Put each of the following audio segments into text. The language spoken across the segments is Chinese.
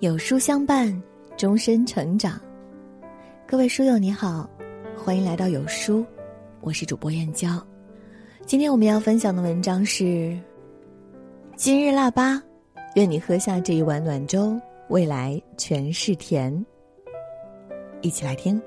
有书相伴，终身成长。各位书友你好，欢迎来到有书，我是主播燕娇。今天我们要分享的文章是今日腊八，愿你喝下这一碗暖粥，未来全是甜。一起来听。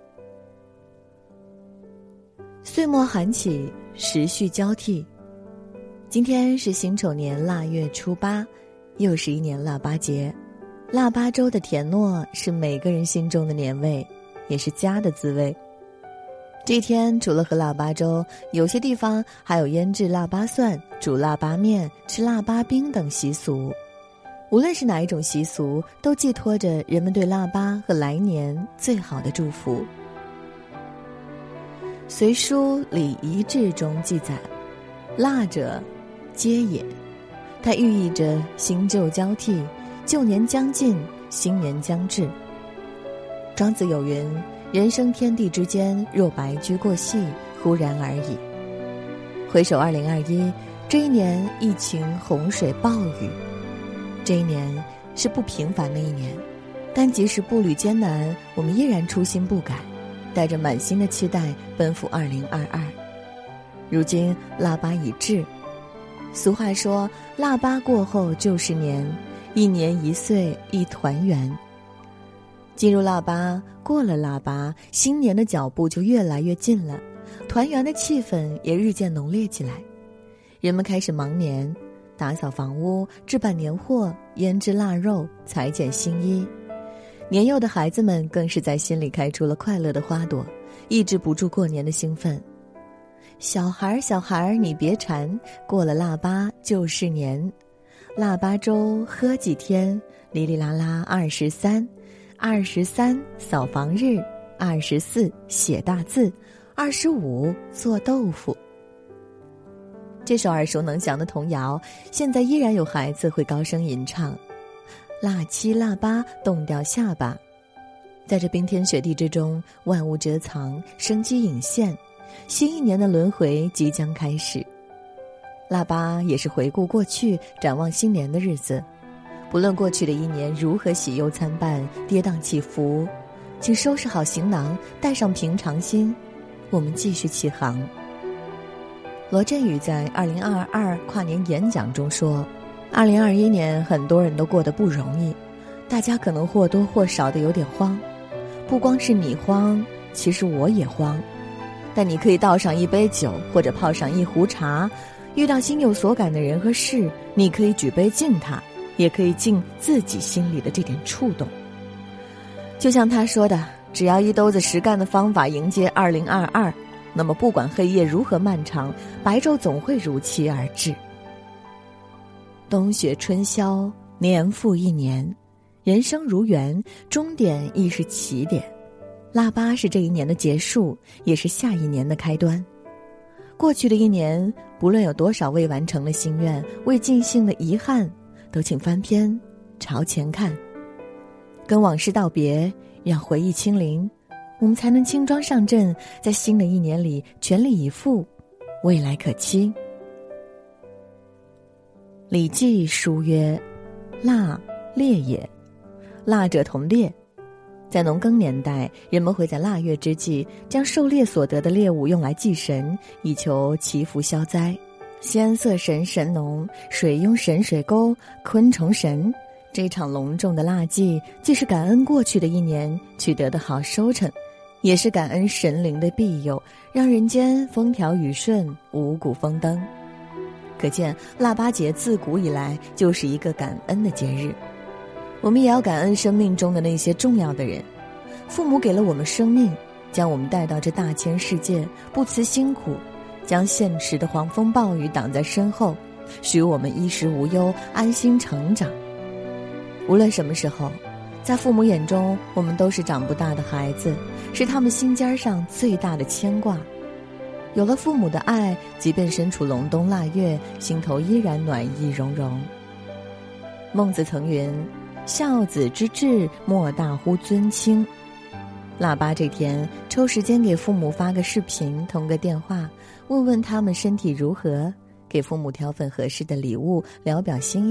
岁末寒起，时序交替，今天是辛丑年腊月初八，又是一年腊八节。腊八粥的甜糯是每个人心中的年味，也是家的滋味。这一天除了喝腊八粥，有些地方还有腌制腊八蒜、煮腊八面、吃腊八冰等习俗。无论是哪一种习俗，都寄托着人们对腊八和来年最好的祝福。《隋书礼仪志》中记载，腊者，皆也，它寓意着新旧交替，旧年将近，新年将至。庄子有云：人生天地之间，若白驹过隙，忽然而已。回首2021，这一年疫情、洪水、暴雨，这一年是不平凡的一年，但即使步履艰难，我们依然初心不改，带着满心的期待奔赴2022。如今腊八已至，俗话说腊八过后就是年，一年一岁一团圆。进入腊八，过了腊八，新年的脚步就越来越近了，团圆的气氛也日渐浓烈起来。人们开始忙年，打扫房屋，置办年货，腌制腊肉，裁剪新衣。年幼的孩子们更是在心里开出了快乐的花朵，抑制不住过年的兴奋。小孩你别馋，过了腊八就是年。腊八粥喝几天，哩哩啦啦23扫房日，24写大字，25做豆腐。这首耳熟能详的童谣，现在依然有孩子会高声吟唱。腊七腊八冻掉下巴，在这冰天雪地之中，万物遮藏，生机隐现，新一年的轮回即将开始。腊八也是回顾过去，展望新年的日子。不论过去的一年如何喜忧参半，跌宕起伏，请收拾好行囊，带上平常心，我们继续起航。罗振宇在2022跨年演讲中说，2021年很多人都过得不容易，大家可能或多或少的有点慌。不光是你慌，其实我也慌。但你可以倒上一杯酒，或者泡上一壶茶，遇到心有所感的人和事，你可以举杯敬他，也可以敬自己心里的这点触动。就像他说的，只要一兜子实干的方法迎接2022，那么不管黑夜如何漫长，白昼总会如期而至。冬雪春宵，年复一年，人生如圆，终点亦是起点。腊八是这一年的结束，也是下一年的开端。过去的一年，不论有多少未完成的心愿，未尽兴的遗憾，都请翻篇朝前看，跟往事道别，让回忆清零，我们才能轻装上阵，在新的一年里全力以赴，未来可期。礼记书曰：腊，猎也。腊者同猎。在农耕年代，人们会在腊月之际将狩猎所得的猎物用来祭神，以求祈福消灾。先色神神农，水庸神水沟，昆虫神。这场隆重的腊祭，既是感恩过去的一年取得的好收成，也是感恩神灵的庇佑，让人间风调雨顺，五谷丰登。可见腊八节自古以来就是一个感恩的节日。我们也要感恩生命中的那些重要的人。父母给了我们生命，将我们带到这大千世界，不辞辛苦，将现实的狂风暴雨挡在身后，许我们衣食无忧，安心成长。无论什么时候，在父母眼中，我们都是长不大的孩子，是他们心尖上最大的牵挂。有了父母的爱，即便身处隆冬腊月，心头依然暖意融融。孟子曾云：孝子之志，莫大乎尊亲。腊八这天，抽时间给父母发个视频，通个电话，问问他们身体如何，给父母挑份合适的礼物，聊表心意，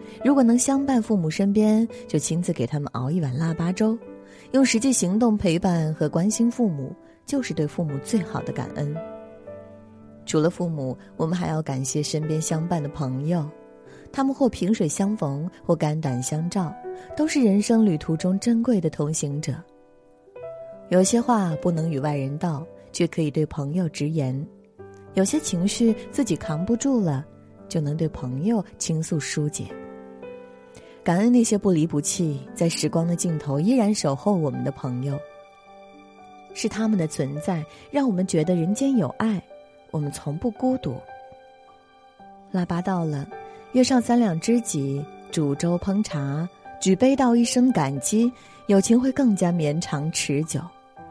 如果能相伴父母身边，就亲自给他们熬一碗腊八粥，用实际行动陪伴和关心父母，就是对父母最好的感恩。除了父母，我们还要感谢身边相伴的朋友，他们或萍水相逢，或肝胆相照，都是人生旅途中珍贵的同行者。有些话不能与外人道，却可以对朋友直言；有些情绪自己扛不住了，就能对朋友倾诉疏解。感恩那些不离不弃，在时光的尽头依然守候我们的朋友，是他们的存在，让我们觉得人间有爱，我们从不孤独。腊八到了，约上3两知己，煮粥烹茶，举杯道一声感激，友情会更加绵长持久。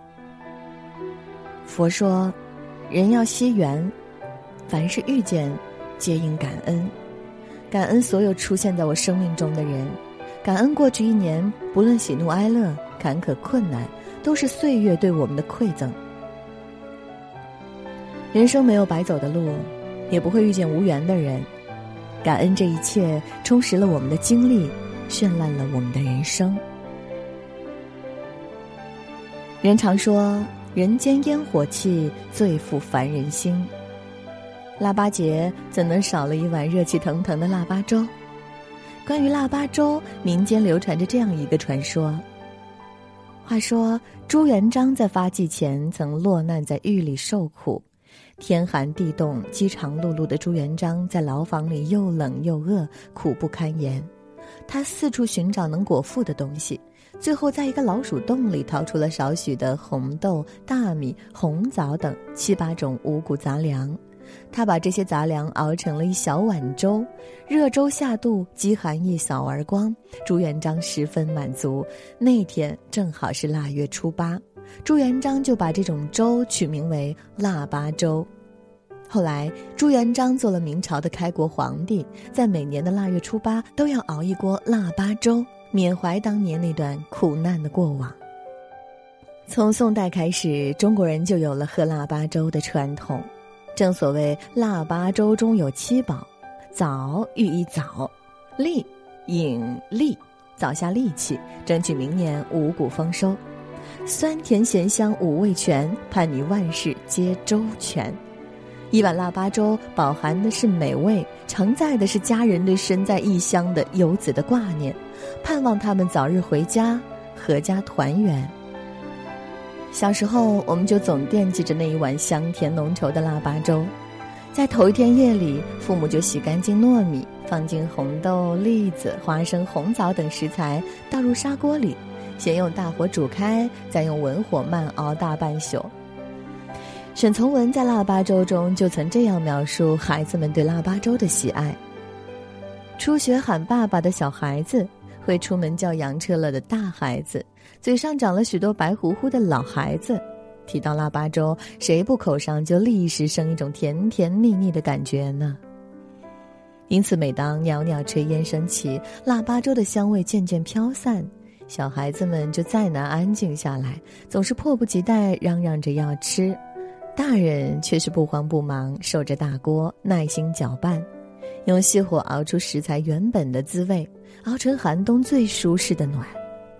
佛说，人要惜缘，凡是遇见，皆应感恩。感恩所有出现在我生命中的人，感恩过去1年，不论喜怒哀乐、坎坷困难，都是岁月对我们的馈赠。人生没有白走的路，也不会遇见无缘的人。感恩这一切充实了我们的经历，绚烂了我们的人生。人常说，人间烟火气，最富凡人心。腊八节怎能少了一碗热气腾腾的腊八粥？关于腊八粥，民间流传着这样一个传说。话说朱元璋在发迹前曾落难在狱里受苦，天寒地冻，饥肠辘辘的朱元璋在牢房里又冷又饿，苦不堪言。他四处寻找能果腹的东西，最后在一个老鼠洞里掏出了少许的红豆、大米、红枣等7、8种五谷杂粮。他把这些杂粮熬成了一小碗粥，热粥下肚，饥寒一扫而光。朱元璋十分满足。那天正好是腊月初8，朱元璋就把这种粥取名为腊八粥。后来朱元璋做了明朝的开国皇帝，在每年的腊月初8都要熬一锅腊八粥，缅怀当年那段苦难的过往。从宋代开始，中国人就有了喝腊八粥的传统。正所谓腊八粥中有7宝，枣寓意早，力引力，早下力气，争取明年五谷丰收。酸甜咸香5味全，盼你万事皆周全。一碗腊八粥饱含的是美味，承载的是家人对身在异乡的游子的挂念，盼望他们早日回家，阖家团圆。小时候我们就总惦记着那一碗香甜浓稠的腊八粥，在头一天夜里，父母就洗干净糯米，放进红豆、栗子、花生、红枣等食材，倒入砂锅里，先用大火煮开，再用文火慢熬大半宿。沈从文在腊八粥中就曾这样描述孩子们对腊八粥的喜爱：初学喊爸爸的小孩子，会出门叫洋车了的大孩子，嘴上长了许多白乎乎的老孩子，提到腊八粥，谁不口上就立时生一种甜甜腻腻的感觉呢？因此每当袅袅炊烟升起，腊八粥的香味渐渐飘散，小孩子们就再难安静下来，总是迫不及待嚷嚷着要吃。大人却是不慌不忙，守着大锅，耐心搅拌，用细火熬出食材原本的滋味，熬成寒冬最舒适的暖。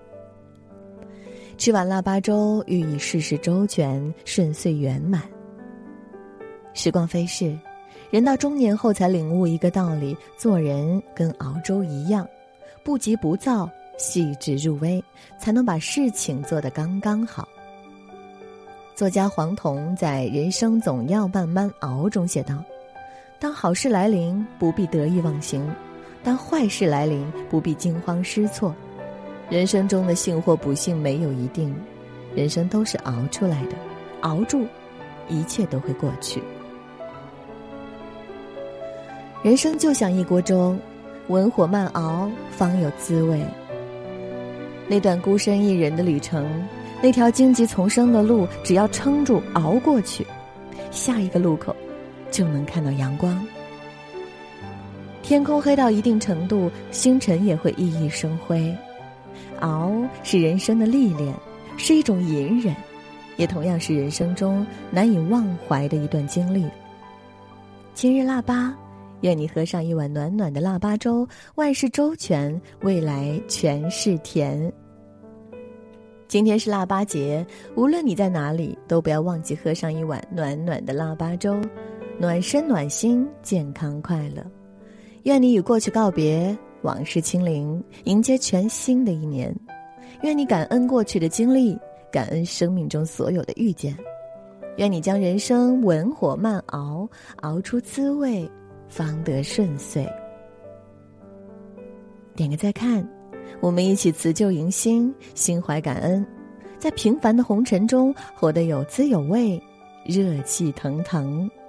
吃完腊八粥，寓意事事周全，顺遂圆满。时光飞逝，人到中年后才领悟一个道理：做人跟熬粥一样，不急不躁，细致入微，才能把事情做得刚刚好。作家黄桐在《人生总要慢慢熬》中写道：当好事来临，不必得意忘形；当坏事来临，不必惊慌失措。人生中的幸或不幸没有一定，人生都是熬出来的，熬住，一切都会过去。人生就像一锅粥，文火慢熬，方有滋味。那段孤身一人的旅程，那条荆棘丛生的路，只要撑住熬过去，下一个路口就能看到阳光。天空黑到一定程度，星辰也会熠熠生辉。熬是人生的历练，是一种隐忍，也同样是人生中难以忘怀的一段经历。今日腊八， 愿你喝上一碗暖暖的腊八粥，万事周全，未来全是甜。今天是腊八节，无论你在哪里，都不要忘记喝上一碗暖暖的腊八粥，暖身暖心，健康快乐。愿你与过去告别，往事清零，迎接全新的一年。愿你感恩过去的经历，感恩生命中所有的遇见。愿你将人生文火慢熬，熬出滋味，方得顺遂。点个再看，我们一起辞旧迎新，心怀感恩，在平凡的红尘中活得有滋有味，热气腾腾。